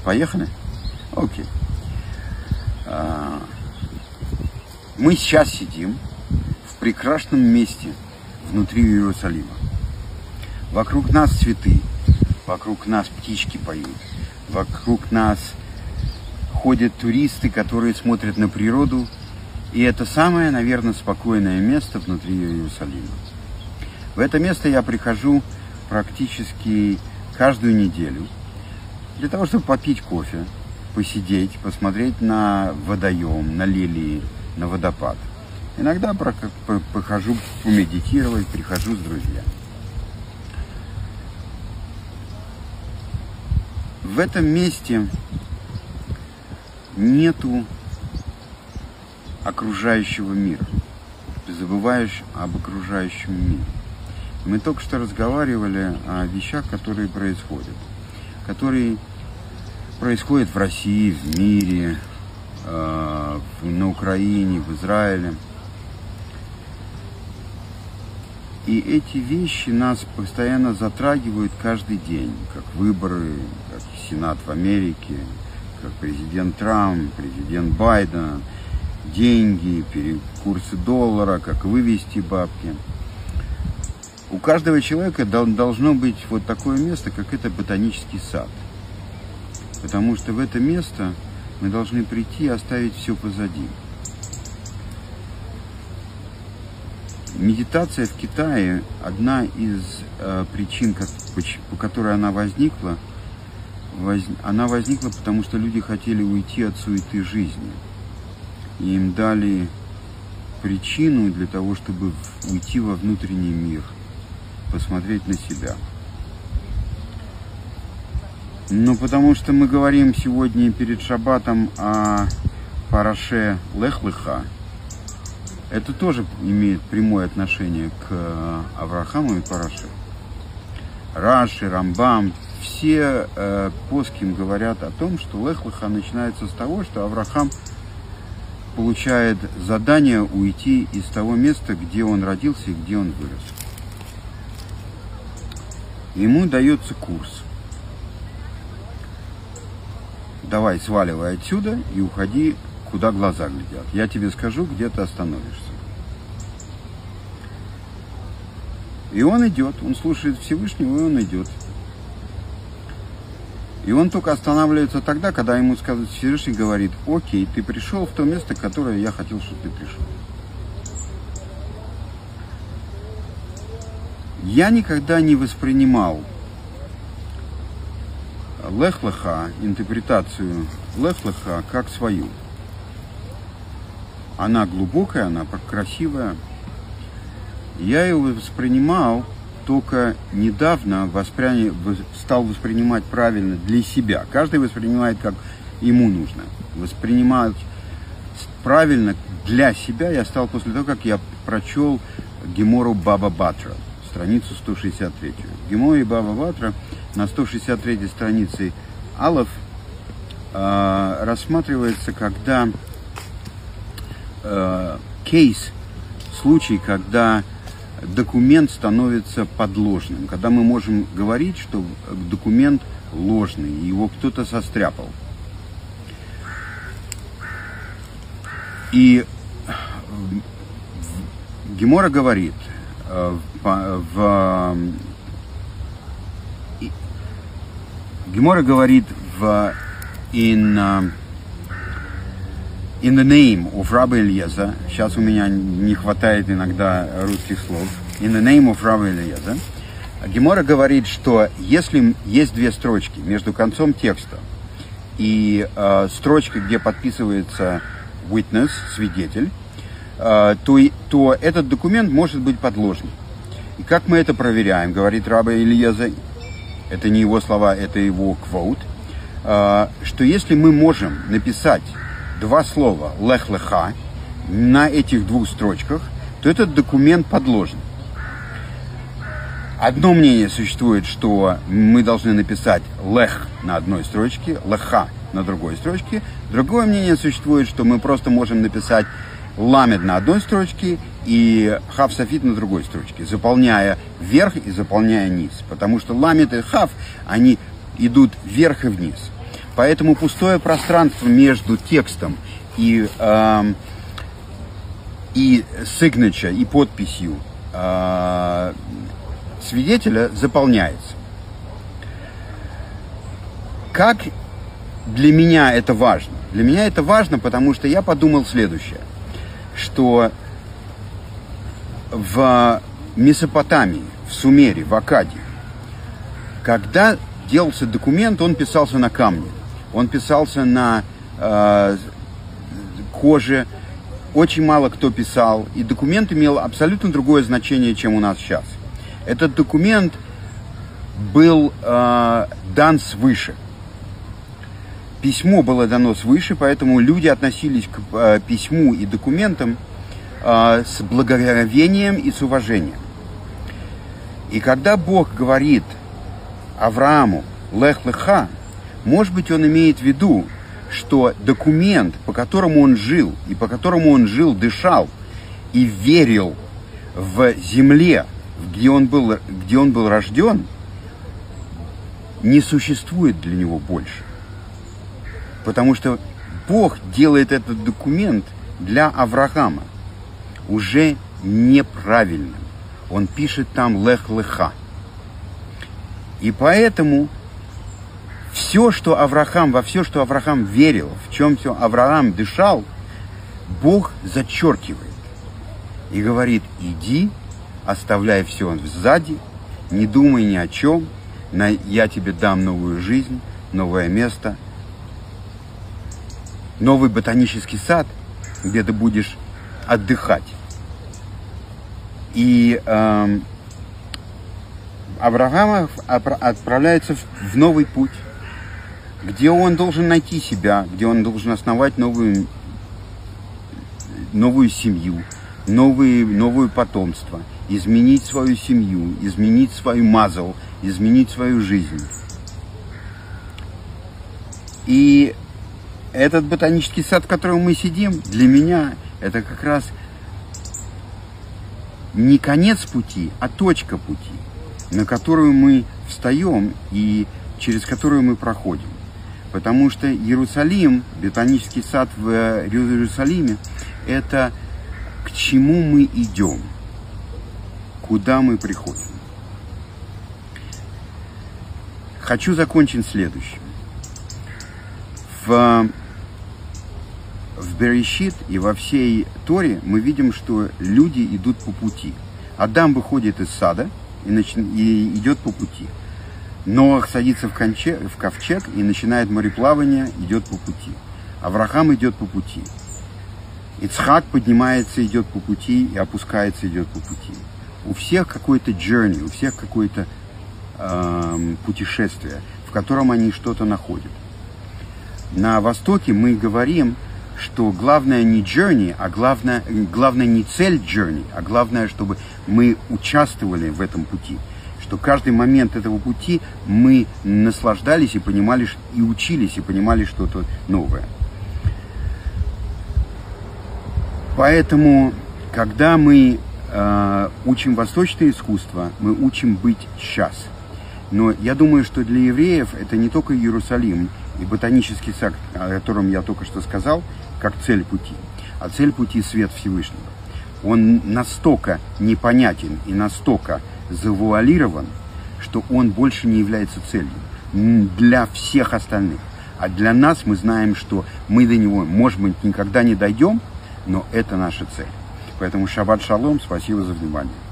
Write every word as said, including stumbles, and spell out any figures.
Поехали? Окей. Мы сейчас сидим в прекрасном месте внутри Иерусалима. Вокруг нас цветы, вокруг нас птички поют, вокруг нас ходят туристы, которые смотрят на природу. И это самое, наверное, спокойное место внутри Иерусалима. В это место я прихожу практически каждую неделю для того, чтобы попить кофе, посидеть, посмотреть на водоем, на лилии, на водопад. Иногда похожу помедитировать, прихожу с друзьями. В этом месте нету окружающего мира. Ты забываешь об окружающем мире. Мы только что разговаривали о вещах, которые происходят. Которые происходят в России, в мире, э, на Украине, в Израиле. И эти вещи нас постоянно затрагивают каждый день, как выборы, как Сенат в Америке, как президент Трамп, президент Байден, деньги, курсы доллара, как вывести бабки. У каждого человека должно быть вот такое место, как это ботанический сад. Потому что в это место мы должны прийти и оставить все позади. Медитация в Китае, одна из э, причин, как, по которой она возникла, воз, она возникла, потому что люди хотели уйти от суеты жизни. И им дали причину для того, чтобы уйти во внутренний мир, посмотреть на себя. Ну, потому что мы говорим сегодня перед Шаббатом о параше Лех-Леха. Это тоже имеет прямое отношение к Аврааму и параше. Раши, Рамбам, все э, поским говорят о том, что Лех-Леха начинается с того, что Авраам получает задание уйти из того места, где он родился и где он вырос. Ему дается курс. Давай, сваливай отсюда и уходи, куда глаза глядят. Я тебе скажу, где ты остановишься. И он идет, он слушает Всевышнего, и он идет. И он только останавливается тогда, когда ему сказать, Всевышний говорит: окей, ты пришел в то место, которое я хотел, чтобы ты пришел. Я никогда не воспринимал Лех-Леха, интерпретацию Лех-Леха, как свою. Она глубокая, она красивая. Я ее воспринимал только недавно, воспри... стал воспринимать правильно для себя. Каждый воспринимает, как ему нужно. Воспринимать правильно для себя я стал после того, как я прочел Гемору Баба Батра, страницу сто шестьдесят три. В Геморе Баба Батра на сто шестьдесят третьей странице Алеф э, рассматривается, когда э, кейс, случай, когда документ становится подложным, когда мы можем говорить, что документ ложный, его кто-то состряпал. И Гемора говорит, в, в, Гемора говорит в in, in the name of Rabbi Eliezer, сейчас у меня не хватает иногда русских слов, in the name of Rabbi Eliezer, Гемора говорит, что если есть две строчки между концом текста и э, строчкой, где подписывается witness, свидетель, э, то, то этот документ может быть подложным. И как мы это проверяем, говорит Рабби Элиезер, это не его слова, это его quote, э, что если мы можем написать два слова «лех-леха» на этих двух строчках, то этот документ подложен. Одно мнение существует, что мы должны написать «лех» на одной строчке, «леха» на другой строчке. Другое мнение существует, что мы просто можем написать «ламед» на одной строчке и «хав софит» на другой строчке, заполняя вверх и заполняя низ. Потому что «ламед» и «хав», они идут вверх и вниз. Поэтому пустое пространство между текстом и, э, и signature, и подписью э, свидетеля заполняется. Как для меня это важно? Для меня это важно, потому что я подумал следующее, что в Месопотамии, в Сумере, в Аккаде, когда делался документ, он писался на камне, он писался на э, коже, очень мало кто писал, и документ имел абсолютно другое значение, чем у нас сейчас. Этот документ был э, дан свыше. Письмо было дано свыше, поэтому люди относились к э, письму и документам э, с благоговением и с уважением. И когда Бог говорит Аврааму «Лех леха», может быть, он имеет в виду, что документ, по которому он жил, и по которому он жил, дышал и верил в земле, где он был, где он был рожден, не существует для него больше. Потому что Бог делает этот документ для Авраама уже неправильным. Он пишет там «Лех леха». И поэтому все, что Авраам, во все, что Авраам верил, в чем все Авраам дышал, Бог зачеркивает и говорит: иди, оставляй все сзади, не думай ни о чем, я тебе дам новую жизнь, новое место, новый ботанический сад, где ты будешь отдыхать. И э, Авраам отправляется в новый путь, где он должен найти себя, где он должен основать новую, новую семью, новые, новое потомство, изменить свою семью, изменить свою мазал, изменить свою жизнь. И этот ботанический сад, в котором мы сидим, для меня это как раз не конец пути, а точка пути, на которую мы встаем и через которую мы проходим. Потому что Иерусалим, ботанический сад в Иерусалиме, это к чему мы идем, куда мы приходим. Хочу закончить следующим. В, в Берешит и во всей Торе мы видим, что люди идут по пути. Адам выходит из сада и, нач... и идет по пути. Ноах садится в, конче... в ковчег и начинает мореплавание, идет по пути. Авраам идет по пути. Ицхак поднимается, идет по пути, и опускается, идет по пути. У всех какой-то journey, у всех какое-то э, путешествие, в котором они что-то находят. На Востоке мы говорим, что главное не journey, а главное, главное не цель journey, а главное, чтобы мы участвовали в этом пути. Что каждый момент этого пути мы наслаждались и понимали, и учились, и понимали что-то новое. Поэтому, когда мы э, учим восточное искусство, мы учим быть сейчас. Но я думаю, что для евреев это не только Иерусалим и ботанический сад, о котором я только что сказал, как цель пути, а цель пути — свет Всевышнего. Он настолько непонятен и настолько завуалирован, что он больше не является целью для всех остальных. А для нас мы знаем, что мы до него, может быть, никогда не дойдем, но это наша цель. Поэтому шаббат шалом, спасибо за внимание.